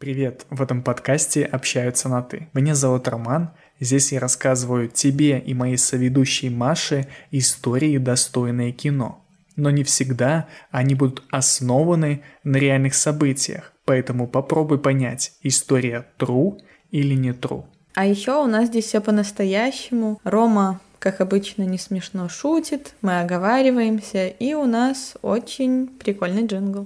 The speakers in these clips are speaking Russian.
Привет! В этом подкасте общаются на «ты». Меня зовут Роман. Здесь я рассказываю тебе и моей соведущей Маше истории, достойные кино. Но не всегда они будут основаны на реальных событиях, поэтому попробуй понять, история true или не true. А еще у нас здесь все по-настоящему. Рома, как обычно, не смешно шутит, мы оговариваемся, и у нас очень прикольный джингл.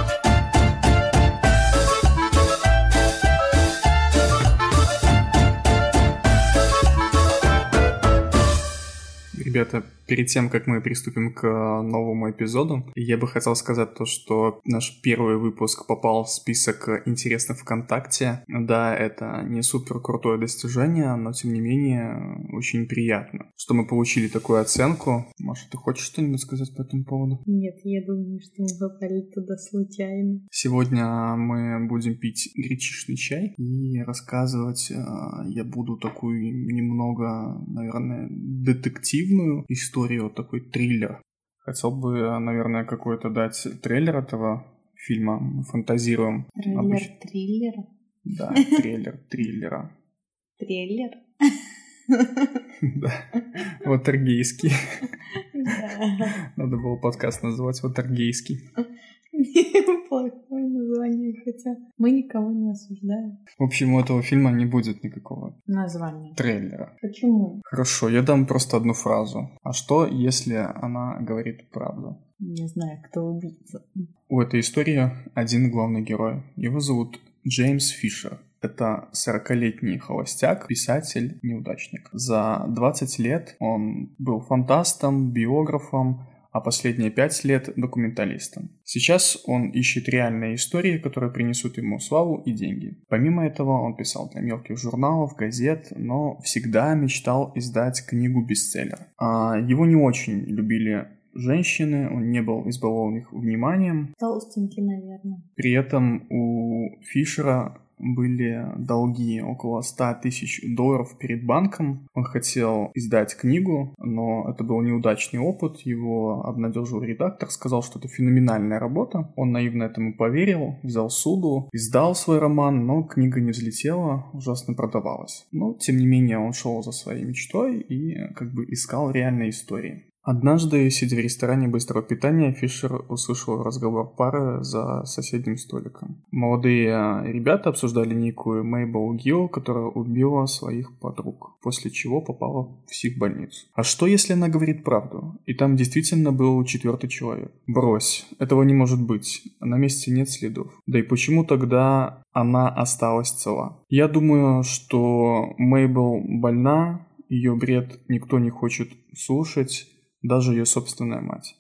Ребята, перед тем, как мы приступим к новому эпизоду, я бы хотел сказать то, что наш первый выпуск попал в список интересных ВКонтакте. Да, это не супер крутое достижение, но тем не менее очень приятно, что мы получили такую оценку. Маша, ты хочешь что-нибудь сказать по этому поводу? Нет, я думаю, что мы попали туда случайно. Сегодня мы будем пить гречишный чай и рассказывать я буду такую немного, наверное, детективную историю, такой триллер. Хотел бы, наверное, какой-то дать трейлер этого фильма. Мы фантазируем. Трейлер триллера? Да, трейлер триллера. Трейлер? Да, ватергейский. Да. Надо было подкаст называть ватергейский. Плохое название, хотя мы никого не осуждаем. В общем, у этого фильма не будет никакого Название. трейлера. Почему? Хорошо, я дам просто одну фразу. А что, если она говорит правду? Не знаю, кто убийца. У этой истории один главный герой. Его зовут Джеймс Фишер. Это 40-летний холостяк, писатель, неудачник. За 20 лет он был фантастом, биографом, а последние 5 лет документалистом. Сейчас он ищет реальные истории, которые принесут ему славу и деньги. Помимо этого, он писал для мелких журналов, газет, но всегда мечтал издать книгу-бестселлер. Его не очень любили женщины, он не был избалован их вниманием. Толстенький, наверное. При этом у Фишера были долги около $100 тысяч перед банком. Он хотел издать книгу, но это был неудачный опыт. Его обнадежил редактор, сказал, что это феноменальная работа. Он наивно этому поверил, взял суду, издал свой роман, но книга не взлетела, ужасно продавалась. Но, тем не менее, он шел за своей мечтой и искал реальные истории. Однажды, сидя в ресторане быстрого питания, Фишер услышал разговор пары за соседним столиком. Молодые ребята обсуждали некую Мейбл Гилл, которая убила своих подруг, после чего попала в психбольницу. А что, если она говорит правду? И там действительно был 4-й человек. Брось, этого не может быть. На месте нет следов. Да и почему тогда она осталась цела? Я думаю, что Мейбл больна, ее бред никто не хочет слушать, даже ее собственная мать.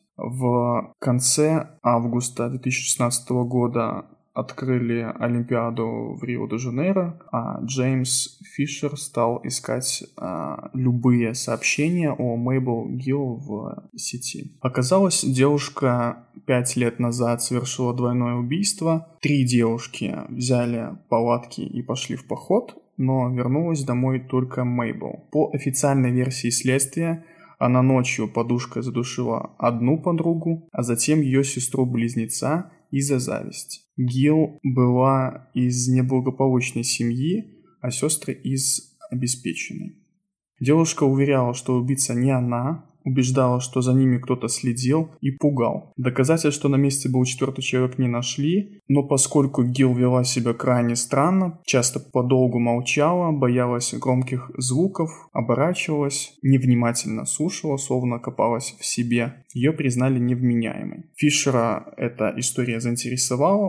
В конце августа 2016 года открыли Олимпиаду в Рио-де-Жанейро, а Джеймс Фишер стал искать любые сообщения о Мейбл Гилл в сети. Оказалось, девушка 5 лет назад совершила двойное убийство. 3 девушки взяли палатки и пошли в поход, но вернулась домой только Мейбл. По официальной версии следствия, она ночью подушкой задушила одну подругу, а затем ее сестру-близнеца из-за зависти. Гилл была из неблагополучной семьи, а сестры из обеспеченной. Девушка уверяла, что убийца не она, убеждала, что за ними кто-то следил и пугал. Доказательств, что на месте был 4-й человек, не нашли, но поскольку Гилл вела себя крайне странно, часто подолгу молчала, боялась громких звуков, оборачивалась, невнимательно слушала, словно копалась в себе, ее признали невменяемой. Фишера эта история заинтересовала,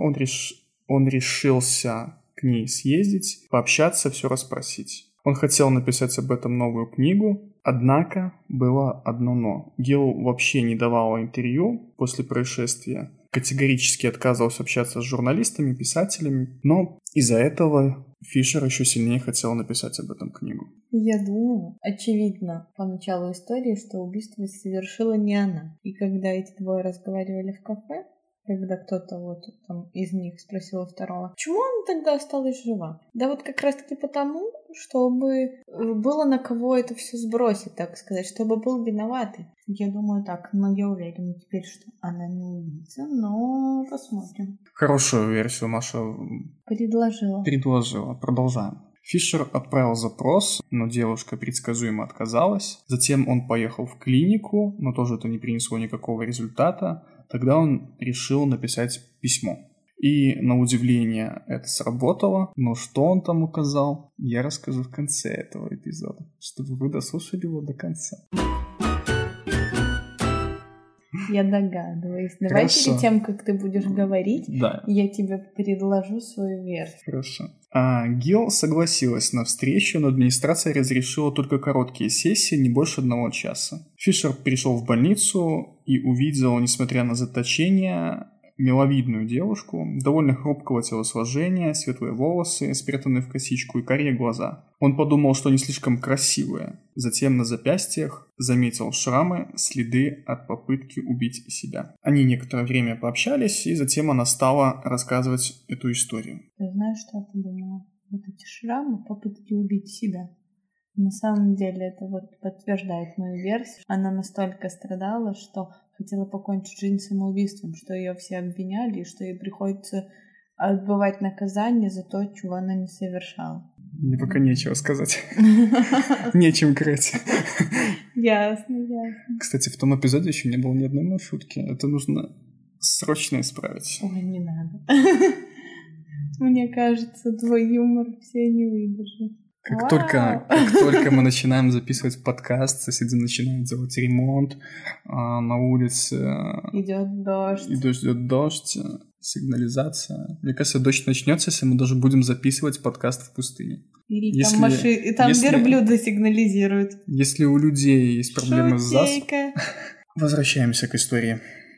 он решился к ней съездить, пообщаться, все расспросить. Он хотел написать об этом новую книгу, однако было одно но. Гилл вообще не давала интервью после происшествия, категорически отказывался общаться с журналистами, писателями, но из-за этого Фишер еще сильнее хотел написать об этом книгу. Я думаю, очевидно, по началу истории, что убийство совершила не она. И когда эти двое разговаривали в кафе, когда кто-то из них спросил у второго, почему она тогда осталась жива? Да вот как раз-таки потому, чтобы было на кого это все сбросить, так сказать, чтобы был виноватый. Я думаю так, но я уверена теперь, что она не убийца, но посмотрим. Хорошую версию Маша предложила. Продолжаем. Фишер отправил запрос, но девушка предсказуемо отказалась. Затем он поехал в клинику, но тоже это не принесло никакого результата. Тогда он решил написать письмо. И, на удивление, это сработало. Но что он там указал, я расскажу в конце этого эпизода, чтобы вы дослушали его до конца. Я догадываюсь. Давай перед тем, как ты будешь говорить, я тебе предложу свою версию. Хорошо. Гил согласилась на встречу, но администрация разрешила только короткие сессии, не больше 1 часа. Фишер пришел в больницу и увидел, несмотря на заточение, миловидную девушку, довольно хрупкого телосложения, светлые волосы, спрятанные в косичку и карие глаза. Он подумал, что они слишком красивые. Затем на запястьях заметил шрамы, следы от попытки убить себя. Они некоторое время пообщались, и затем она стала рассказывать эту историю. Ты знаешь, что я подумала? Вот эти шрамы, попытки убить себя. На самом деле это вот подтверждает мою версию. Она настолько страдала, что хотела покончить жизнь самоубийством, что ее все обвиняли, и что ей приходится отбывать наказание за то, чего она не совершала. Мне пока нечего сказать. Нечем крыть. Ясно. Кстати, в том эпизоде еще не было ни одной шутки. Это нужно срочно исправить. Ой, не надо. Мне кажется, твой юмор все не выдержит. Как только мы начинаем записывать подкаст, соседи начинают делать ремонт, на улице идет дождь, сигнализация. Мне кажется, дождь начнется, если мы даже будем записывать подкаст в пустыне. Там верблюды сигнализируют. Если у людей есть проблемы с засухой... Возвращаемся к истории.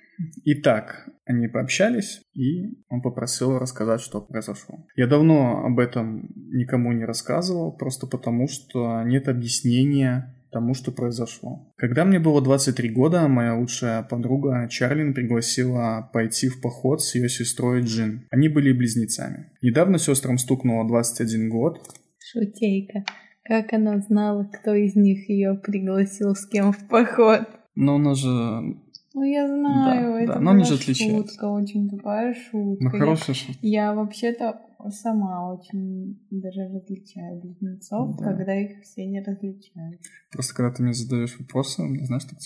Итак, они пообщались, и он попросил рассказать, что произошло. Я давно об этом никому не рассказывал, просто потому, что нет объяснения тому, что произошло. Когда мне было 23 года, моя лучшая подруга Чарлин пригласила пойти в поход с ее сестрой Джин. Они были близнецами. Недавно сестрам стукнуло 21 год. Шутейка. Как она знала, кто из них ее пригласил с кем в поход? Но она же... Ну, я знаю, это но была шутка, очень тупая шутка. Ну, хорошая шутка. Я вообще-то сама очень даже различаю близнецов, когда их все не различают. Просто когда ты мне задаешь вопросы, у меня, знаешь, так...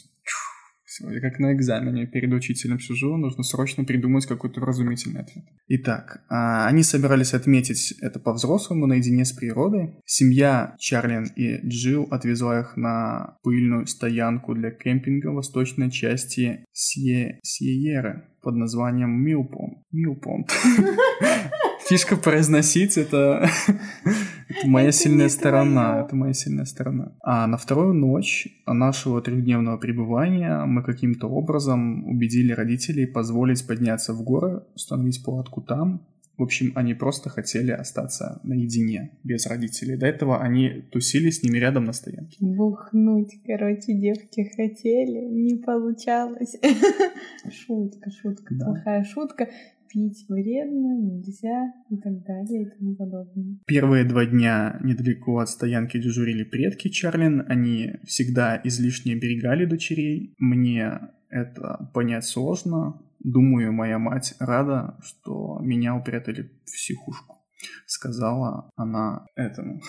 Я как на экзамене перед учителем сижу, нужно срочно придумать какой-то вразумительный ответ. Итак, они собирались отметить это по-взрослому, наедине с природой. Семья Чарлин и Джилл отвезла их на пыльную стоянку для кемпинга в восточной части Сьерры под названием Милпонт. Фишка произносить это моя сильная сторона. Это моя сильная сторона. А на вторую ночь нашего 3-дневного пребывания мы каким-то образом убедили родителей позволить подняться в горы, установить палатку там. В общем, они просто хотели остаться наедине, без родителей. До этого они тусили с ними рядом на стоянке. Бухнуть, девки хотели, не получалось. Шутка, плохая шутка. Пить вредно, нельзя и так далее и тому подобное. Первые 2 дня недалеко от стоянки дежурили предки Чарлин. Они всегда излишне оберегали дочерей. Мне это понять сложно. Думаю, моя мать рада, что меня упрятали в психушку. Сказала она этому.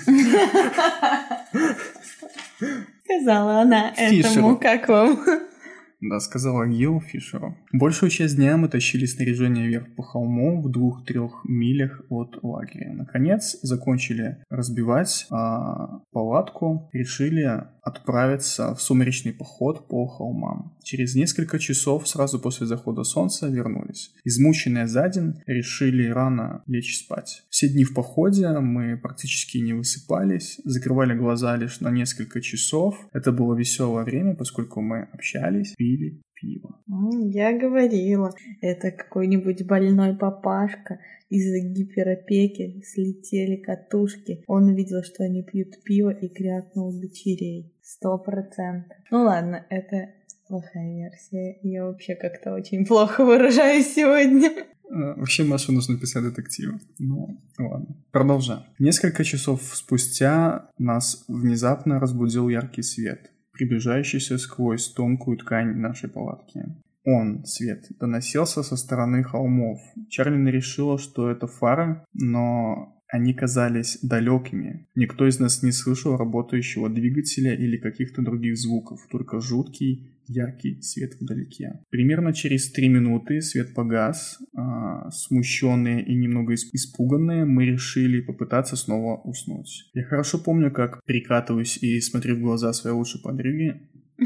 Сказала она этому, как вам? Да, сказала Гил Фишеру. Большую часть дня мы тащили снаряжение вверх по холму в 2-3 милях от лагеря. Наконец, закончили разбивать палатку, решили отправиться в сумеречный поход по холмам. Через несколько часов, сразу после захода солнца, вернулись. Измученные за день, решили рано лечь спать. Все дни в походе мы практически не высыпались, закрывали глаза лишь на несколько часов. Это было веселое время, поскольку мы общались, пили пиво. Я говорила, это какой-нибудь больной папашка. Из-за гиперопеки слетели катушки. Он увидел, что они пьют пиво и крякнул дочерей. 100%. Ну ладно, это плохая версия. Я вообще как-то очень плохо выражаюсь сегодня. Вообще Маше нужно писать детективы. Ну, ладно. Продолжаем. Несколько часов спустя нас внезапно разбудил яркий свет, приближающийся сквозь тонкую ткань нашей палатки. Свет, доносился со стороны холмов. Чарлин решила, что это фары, но они казались далекими. Никто из нас не слышал работающего двигателя или каких-то других звуков, только жуткий, яркий свет вдалеке. Примерно через 3 минуты свет погас. Смущенные и немного испуганные, мы решили попытаться снова уснуть. Я хорошо помню, как перекатываюсь и смотрю в глаза своей лучшей подруги.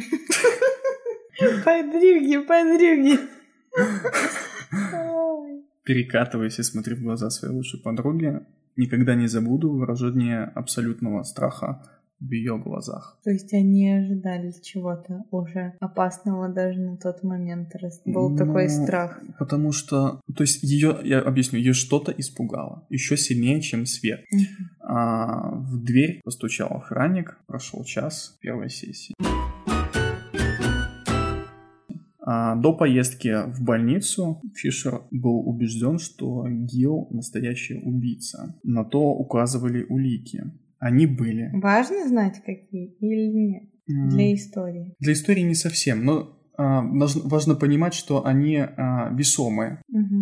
Подруги. Перекатываясь и смотрю в глаза своей лучшей подруги, никогда не забуду выражение абсолютного страха в ее глазах. То есть они ожидали чего-то уже опасного даже на тот момент, раз был такой страх. Потому что, то есть я объясню, ее что-то испугало, еще сильнее, чем свет. В дверь постучал охранник, прошел час первой сессии. До поездки в больницу Фишер был убежден, что Гил настоящий убийца. На то указывали улики. Они были. Важно знать, какие или нет? Для истории. Для истории не совсем, но важно понимать, что они весомые.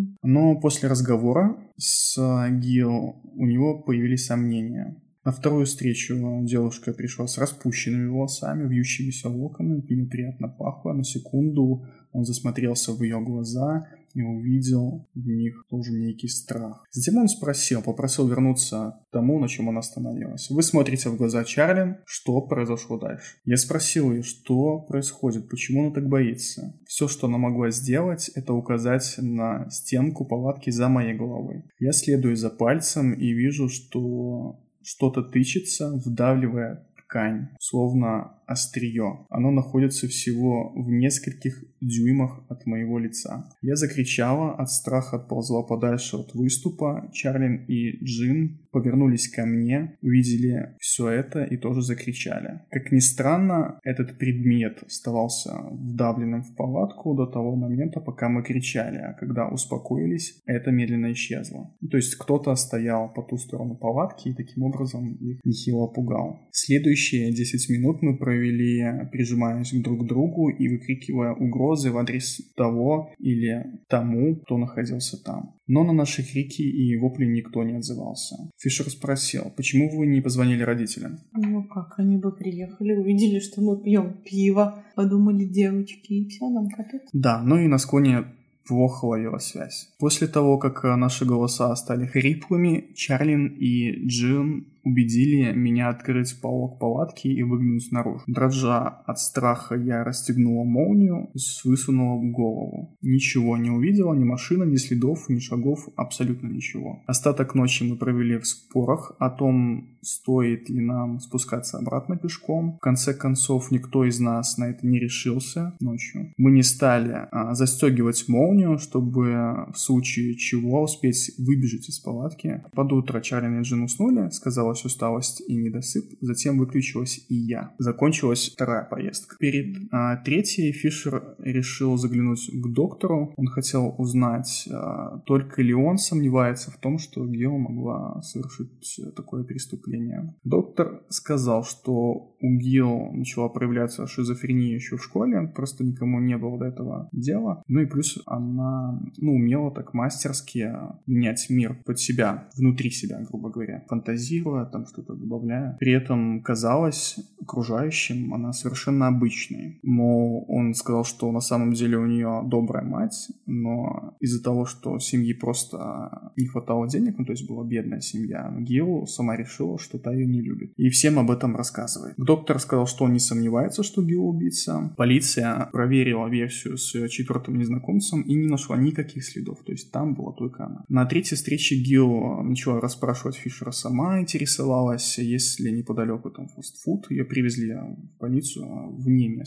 Но после разговора с Гил у него появились сомнения. На вторую встречу девушка пришла с распущенными волосами, вьющимися локонами, ему приятно пахло. На секунду он засмотрелся в ее глаза и увидел в них тоже некий страх. Затем он попросил вернуться к тому, на чем она остановилась. Вы смотрите в глаза Чарлин, что произошло дальше? Я спросил ее, что происходит, почему она так боится. Все, что она могла сделать, это указать на стенку палатки за моей головой. Я следую за пальцем и вижу, что что-то тычется, вдавливая ткань, словно острие. Оно находится всего в нескольких дюймах от моего лица. Я закричала, от страха отползла подальше от выступа. Чарлин и Джин повернулись ко мне, увидели все это и тоже закричали. Как ни странно, этот предмет оставался вдавленным в палатку до того момента, пока мы кричали, а когда успокоились, это медленно исчезло. То есть кто-то стоял по ту сторону палатки и таким образом их нехило пугал. Следующие 10 минут мы провели, прижимаясь друг к другу и выкрикивая угрозы в адрес того или тому, кто находился там. Но на наши крики и вопли никто не отзывался. Фишер спросил, почему вы не позвонили родителям? Ну как, они бы приехали, увидели, что мы пьем пиво, подумали девочки, и все, нам капец. Да, ну и на склоне плохо ловила связь. После того, как наши голоса стали хриплыми, Чарлин и Джин убедили меня открыть полог палатки и выглянуть наружу. Дрожа от страха, я расстегнула молнию и высунула голову. Ничего не увидела, ни машины, ни следов, ни шагов, абсолютно ничего. Остаток ночи мы провели в спорах о том, стоит ли нам спускаться обратно пешком. В конце концов, никто из нас на это не решился ночью. Мы не стали застегивать молнию, чтобы в случае чего успеть выбежать из палатки. Под утро Чарлин и Джин уснули, сказала усталость и недосып, затем выключилась и я. Закончилась вторая поездка. Перед третьей Фишер решил заглянуть к доктору. Он хотел узнать, только ли он сомневается в том, что Гео могла совершить такое преступление. Доктор сказал, что у Гео начала проявляться шизофрения еще в школе, просто никому не было до этого дела. Ну и плюс она умела так мастерски менять мир под себя, внутри себя, грубо говоря, фантазируя, там что-то добавляя. При этом казалось окружающим она совершенно обычной. Мол, он сказал, что на самом деле у нее добрая мать, но из-за того, что семьи просто не хватало денег, то есть была бедная семья, Гил сама решила, что та ее не любит. И всем об этом рассказывает. Доктор сказал, что он не сомневается, что Гил убийца. Полиция проверила версию с четвертым незнакомцем и не нашла никаких следов, то есть там была только она. На третьей встрече Гил начала расспрашивать Фишера сама, интересовалась, есть ли неподалеку там фастфуд. Ее привезли в полицию вне места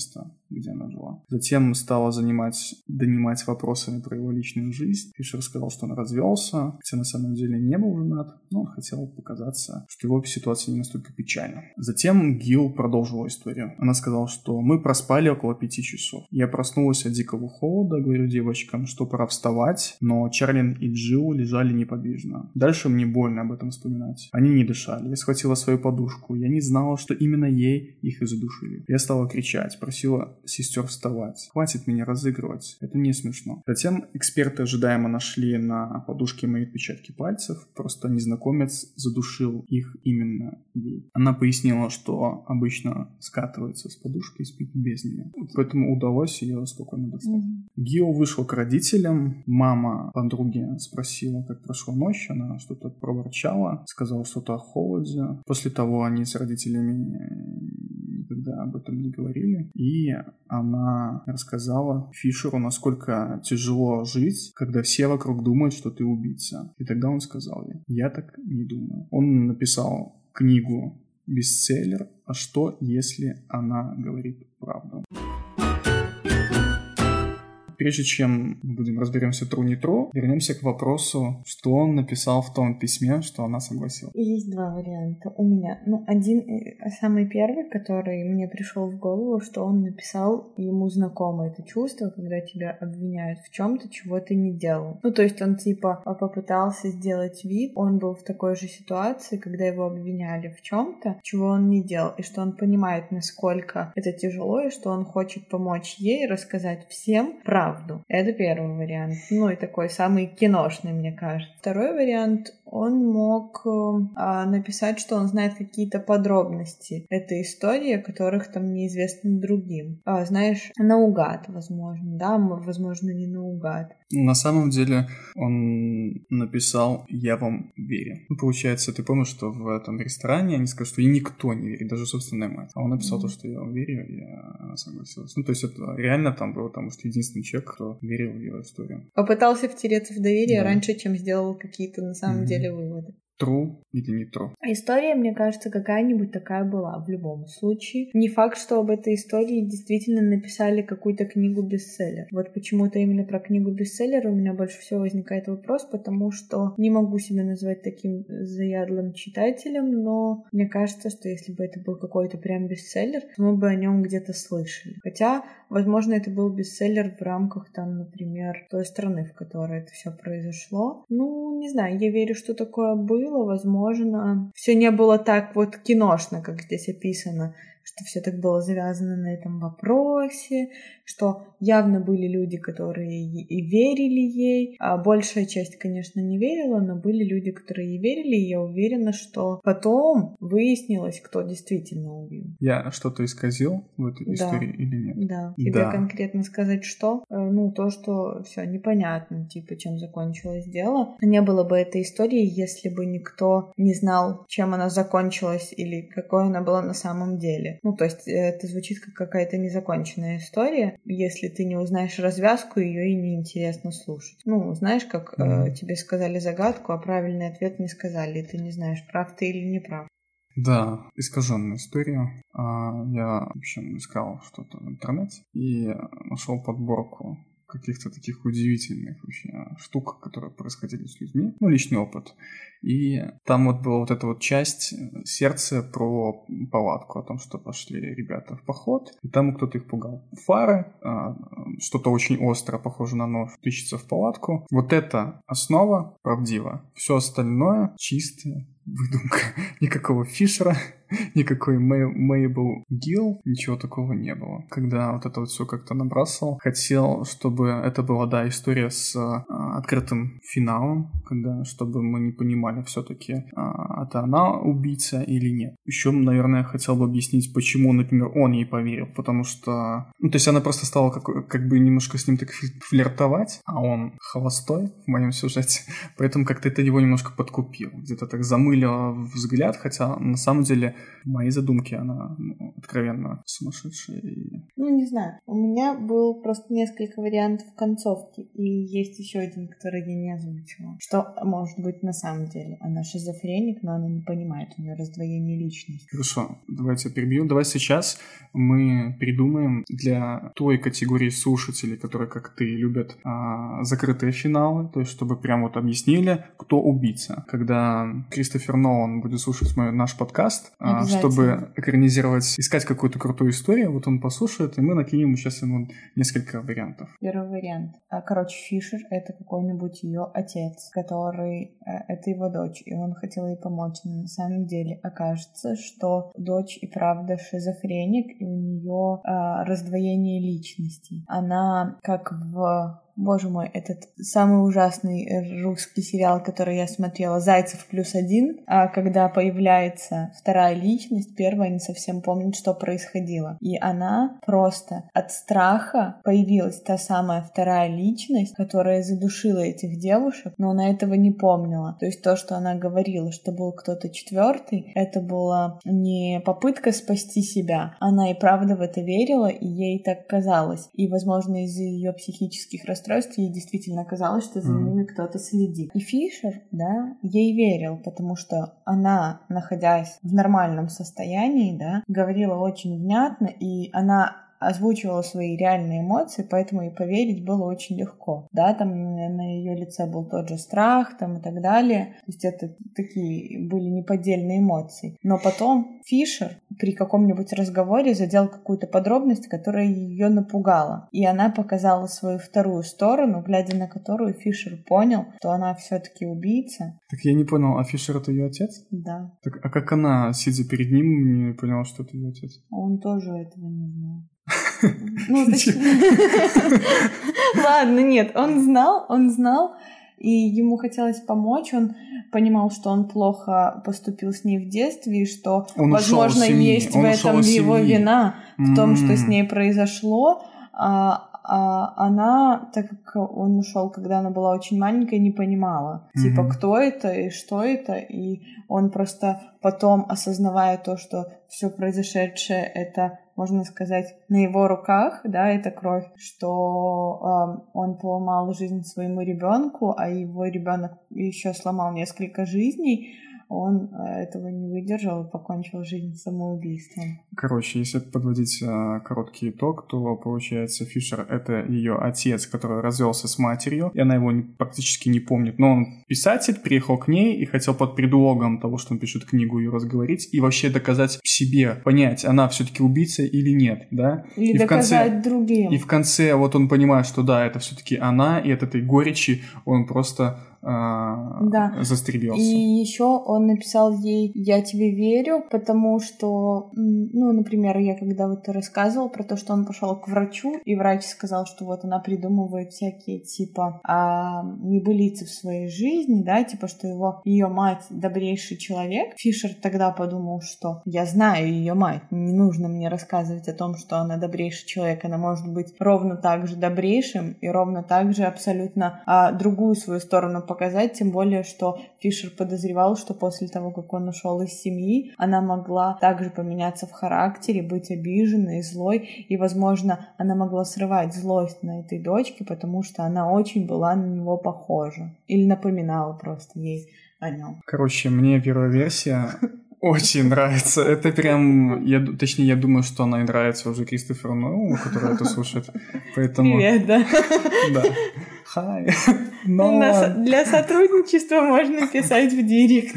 где она жила. Затем стала донимать вопросами про его личную жизнь. Фишер сказал, что он развелся, хотя на самом деле не был женат, но он хотел показаться, что его ситуация не настолько печальна. Затем Гил продолжила историю. Она сказала, что мы проспали около 5 часов. Я проснулась от дикого холода, говорю девочкам, что пора вставать, но Чарлин и Джилл лежали неподвижно. Дальше мне больно об этом вспоминать. Они не дышали. Я схватила свою подушку. Я не знала, что именно ей их и задушили. Я стала кричать, просила сестер вставать. Хватит меня разыгрывать. Это не смешно. Затем эксперты ожидаемо нашли на подушке мои отпечатки пальцев. Просто незнакомец задушил их именно ей. Она пояснила, что обычно скатывается с подушки и спит без нее. Поэтому удалось ее спокойно достать. Гио вышел к родителям. Мама подруги спросила, как прошла ночь. Она что-то проворчала, сказала что-то о холоде. После того они с родителями никогда об этом не говорили. И она рассказала Фишеру, насколько тяжело жить, когда все вокруг думают, что ты убийца. И тогда он сказал ей: я так не думаю. Он написал книгу бестселлер «А что, если она говорит правду?». Прежде чем разберемся true не true, вернемся к вопросу, что он написал в том письме, что она согласилась. Есть два варианта у меня. Один, самый первый, который мне пришел в голову, что он написал, ему знакомо это чувство, когда тебя обвиняют в чем-то, чего ты не делал. То есть он попытался сделать вид, он был в такой же ситуации, когда его обвиняли в чем-то, чего он не делал, и что он понимает, насколько это тяжело, и что он хочет помочь ей рассказать всем правду. Это первый вариант. И такой самый киношный, мне кажется. Второй вариант, он мог написать, что он знает какие-то подробности этой истории, о которых там неизвестны другим. Знаешь, наугад, возможно, да, возможно, не наугад. На самом деле он написал «Я вам верю». Получается, ты помнишь, что в этом ресторане они сказали, что и никто не верит, даже собственная мать. А он написал то, что «Я вам верю», и она согласилась. То есть это реально там было, потому что единственный человек, кто верил в ее историю. Попытался втереться в доверие раньше, чем сделал какие-то на самом деле выводы. True или не true? История, мне кажется, какая-нибудь такая была в любом случае. Не факт, что об этой истории действительно написали какую-то книгу-бестселлер. Вот почему-то именно про книгу-бестселлер у меня больше всего возникает вопрос, потому что не могу себя назвать таким заядлым читателем, но мне кажется, что если бы это был какой-то прям бестселлер, то мы бы о нем где-то слышали. Хотя, возможно, это был бестселлер в рамках, например, той страны, в которой это все произошло. Не знаю, я верю, что такое было. Возможно, все не было так киношно, как здесь описано, что все так было завязано на этом вопросе, что явно были люди, которые и верили ей, а большая часть, конечно, не верила, но были люди, которые ей верили, и я уверена, что потом выяснилось, кто действительно убил. Я что-то исказил в этой истории или нет? Да. Тебе конкретно сказать, что? То, что все непонятно, чем закончилось дело. Не было бы этой истории, если бы никто не знал, чем она закончилась или какой она была на самом деле. То есть это звучит как какая-то незаконченная история. Если ты не узнаешь развязку, ее и неинтересно слушать. Знаешь, как тебе сказали загадку, а правильный ответ не сказали, и ты не знаешь, прав ты или не прав. Да, искаженная история. Я, в общем, искал что-то в интернете и нашел подборку каких-то таких удивительных вообще штук, которые происходили с людьми. Личный опыт. И там была эта часть сердца про палатку, о том, что пошли ребята в поход, и там кто-то их пугал. Фары, что-то очень острое, похоже на нож, тычется в палатку. Это основа правдива. Все остальное чистая выдумка. Никакого Фишера, никакой Мейбл Гилл, ничего такого не было. Когда это все как-то набрасывал, хотел, чтобы это была, история с открытым финалом, чтобы мы не понимали все-таки, это она убийца или нет. Еще, наверное, хотел бы объяснить, почему, например, он ей поверил, потому что, то есть она просто стала как бы немножко с ним так флиртовать, а он холостой в моем сюжете, поэтому как-то это его немножко подкупил, где-то так замылило взгляд, хотя на самом деле в моей задумке она откровенно сумасшедшая. Ну, не знаю. У меня было просто несколько вариантов концовки, и есть еще один, который я не озвучила. Что может быть на самом деле? Она шизофреник, но она не понимает, у нее раздвоение личности. Хорошо, давайте перебью. Давай сейчас мы придумаем для той категории слушателей, которые, как ты, любят закрытые финалы, то есть чтобы прям вот объяснили, кто убийца. Когда Кристофер Нолан будет слушать наш подкаст, чтобы экранизировать, искать какую-то крутую историю, вот он послушает, и мы накинем сейчас ему несколько вариантов. Первый вариант. Короче, Фишер — это какой-нибудь ее отец, который... это его дочь, и он хотел ей помочь. Но на самом деле окажется, что дочь и правда шизофреник, и у нее раздвоение личностей. Она как в... Боже мой, этот самый ужасный русский сериал, который я смотрела, «Зайцев +1», когда появляется вторая личность, первая не совсем помнит, что происходило. И она просто от страха появилась та самая вторая личность, которая задушила этих девушек, но она этого не помнила. То есть то, что она говорила, что был кто-то четвертый, это была не попытка спасти себя. Она и правда в это верила, и ей так казалось. И, возможно, из-за ее психических расстройств ей действительно казалось, что за ними кто-то следит. И Фишер, да, ей верил, потому что она, находясь в нормальном состоянии, да, говорила очень внятно, и она озвучивала свои реальные эмоции, поэтому и поверить было очень легко. Да, там на ее лице был тот же страх, там и так далее. То есть это такие были неподдельные эмоции. Но потом Фишер при каком-нибудь разговоре задел какую-то подробность, которая ее напугала. И она показала свою вторую сторону, глядя на которую Фишер понял, что она все-таки убийца. Так я не понял, а Фишер — это ее отец? Да. Так, а как она, сидя перед ним, не поняла, что это ее отец? Он тоже этого не знал. Ну, ладно, нет, он знал, и ему хотелось помочь, он понимал, что он плохо поступил с ней в детстве, и что, возможно, есть в этом его вина, в том, что с ней произошло, она, так как он ушел, когда она была очень маленькая, не понимала, типа, кто это и что это, и он просто потом, осознавая то, что все произошедшее, это, можно сказать, на его руках, да, это кровь, что он поломал жизнь своему ребенку, а его ребенок еще сломал несколько жизней, он этого не выдержал и покончил жизнь самоубийством. Короче, если подводить короткий итог, то получается, Фишер — это ее отец, который развелся с матерью, и она его практически не помнит. Но он писатель, приехал к ней и хотел под предлогом того, что он пишет книгу, ее разговорить и вообще доказать себе, понять, она все-таки убийца или нет, да? Или и доказать другим. И в конце вот он понимает, что да, это все-таки она, и от этой горечи он просто застрелился. И еще он написал ей: «Я тебе верю», потому что, ну, например, я когда вот рассказывала про то, что он пошел к врачу, и врач сказал, что вот она придумывает всякие типа небылицы в своей жизни, да, типа, что ее мать добрейший человек. Фишер тогда подумал, что я знаю ее мать, не нужно мне рассказывать о том, что она добрейший человек, она может быть ровно так же добрейшим и ровно так же абсолютно другую свою сторону показать, тем более, что Фишер подозревал, что после того, как он ушел из семьи, она могла также поменяться в характере, быть обиженной, злой, и, возможно, она могла срывать злость на этой дочке, потому что она очень была на него похожа. Или напоминала просто ей о нем. Короче, мне первая версия очень нравится. Это прям... Точнее, я думаю, что она и нравится уже Кристоферу Нолану, который это слушает. Поэтому... Привет, да. Да. Хай. Для сотрудничества можно писать в директ.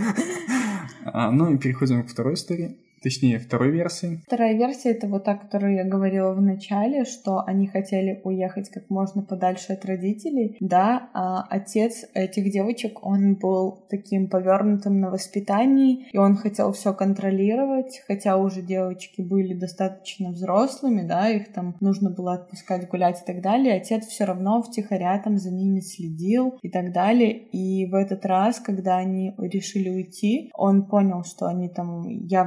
Ну и переходим к второй истории. Точнее, второй версии. Вторая версия — это вот та, которую я говорила в начале, что они хотели уехать как можно подальше от родителей. Да, а отец этих девочек, он был таким повёрнутым на воспитании, и он хотел все контролировать, хотя уже девочки были достаточно взрослыми, да, их там нужно было отпускать гулять и так далее. Отец все равно втихаря там за ними следил и так далее. И в этот раз, когда они решили уйти, он понял, что они там явно хотят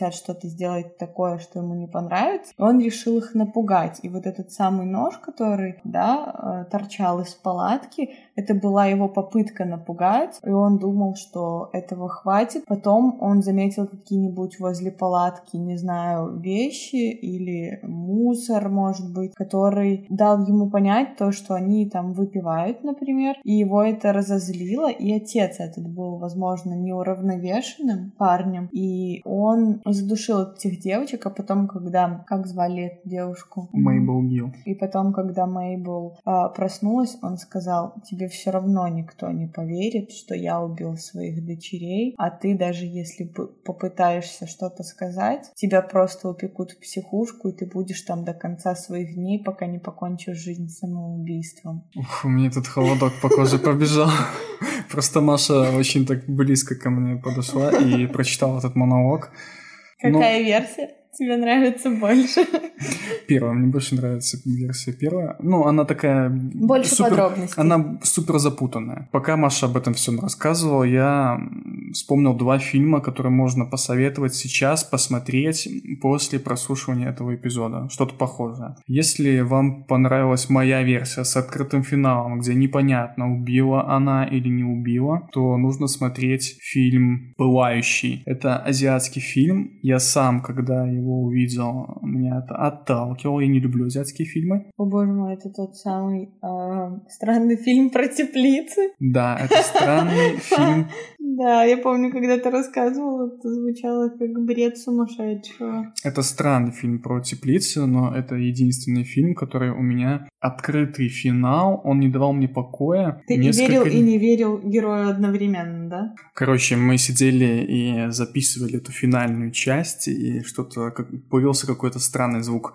хотят что-то сделать такое, что ему не понравится. И он решил их напугать. И вот этот самый нож, который, да, торчал из палатки, это была его попытка напугать, и он думал, что этого хватит. Потом он заметил какие-нибудь возле палатки, не знаю, вещи или мусор, может быть, который дал ему понять то, что они там выпивают, например, и его это разозлило, и отец этот был, возможно, неуравновешенным парнем, и он задушил этих девочек, а потом, когда... Как звали эту девушку? Мейбл Гилл. И потом, когда Мейбл проснулась, он сказал: тебе все равно никто не поверит, что я убил своих дочерей, а ты даже если попытаешься что-то сказать, тебя просто упекут в психушку, и ты будешь там до конца своих дней, пока не покончишь жизнь самоубийством. Ух, у меня тут холодок по коже побежал. Просто Маша очень так близко ко мне подошла и прочитала этот монолог. Какая версия тебе нравится больше? Первая. Мне больше нравится версия первая. Ну, она такая... Больше подробностей. Она супер запутанная. Пока Маша об этом всем рассказывала, я вспомнил 2 фильма, которые можно посоветовать сейчас посмотреть после прослушивания этого эпизода. Что-то похожее. Если вам понравилась моя версия с открытым финалом, где непонятно, убила она или не убила, то нужно смотреть фильм «Пылающий». Это азиатский фильм. Я сам, когда его увидел, меня это отталкивало. Я не люблю азиатские фильмы. О боже мой, это тот самый странный фильм про теплицы. Да, это странный фильм. Да, я помню, когда ты рассказывал, это звучало как бред сумасшедшего. Это странный фильм про теплицы, но это единственный фильм, который у меня открытый финал, он не давал мне покоя. Ты и верил, и не верил герою одновременно, да? Короче, мы сидели и записывали эту финальную часть, и что-то, появился какой-то странный звук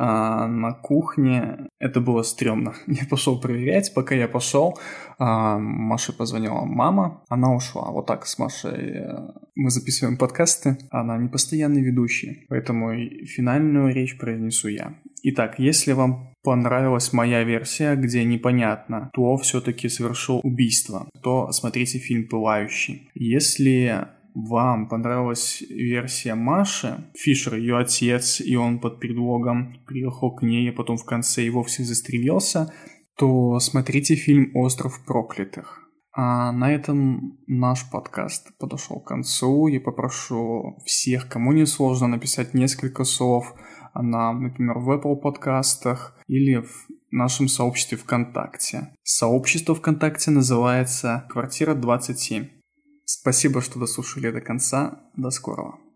на кухне. Это было стрёмно. Я пошел проверять. Пока я пошел, Маше позвонила мама, она ушла. Вот так с Машей мы записываем подкасты. Она не постоянный ведущий, поэтому финальную речь произнесу я. Итак, если вам понравилась моя версия, где непонятно, кто все-таки совершил убийство, то смотрите фильм «Пылающий». Если вам понравилась версия Маши, Фишер ее отец, и он под предлогом приехал к ней, а потом в конце и вовсе застрелился, то смотрите фильм «Остров проклятых». А на этом наш подкаст подошел к концу. Я попрошу всех, кому не сложно, написать несколько слов нам, например, в Apple подкастах или в нашем сообществе ВКонтакте. Сообщество ВКонтакте называется «Квартира 27». Спасибо, что дослушали до конца. До скорого.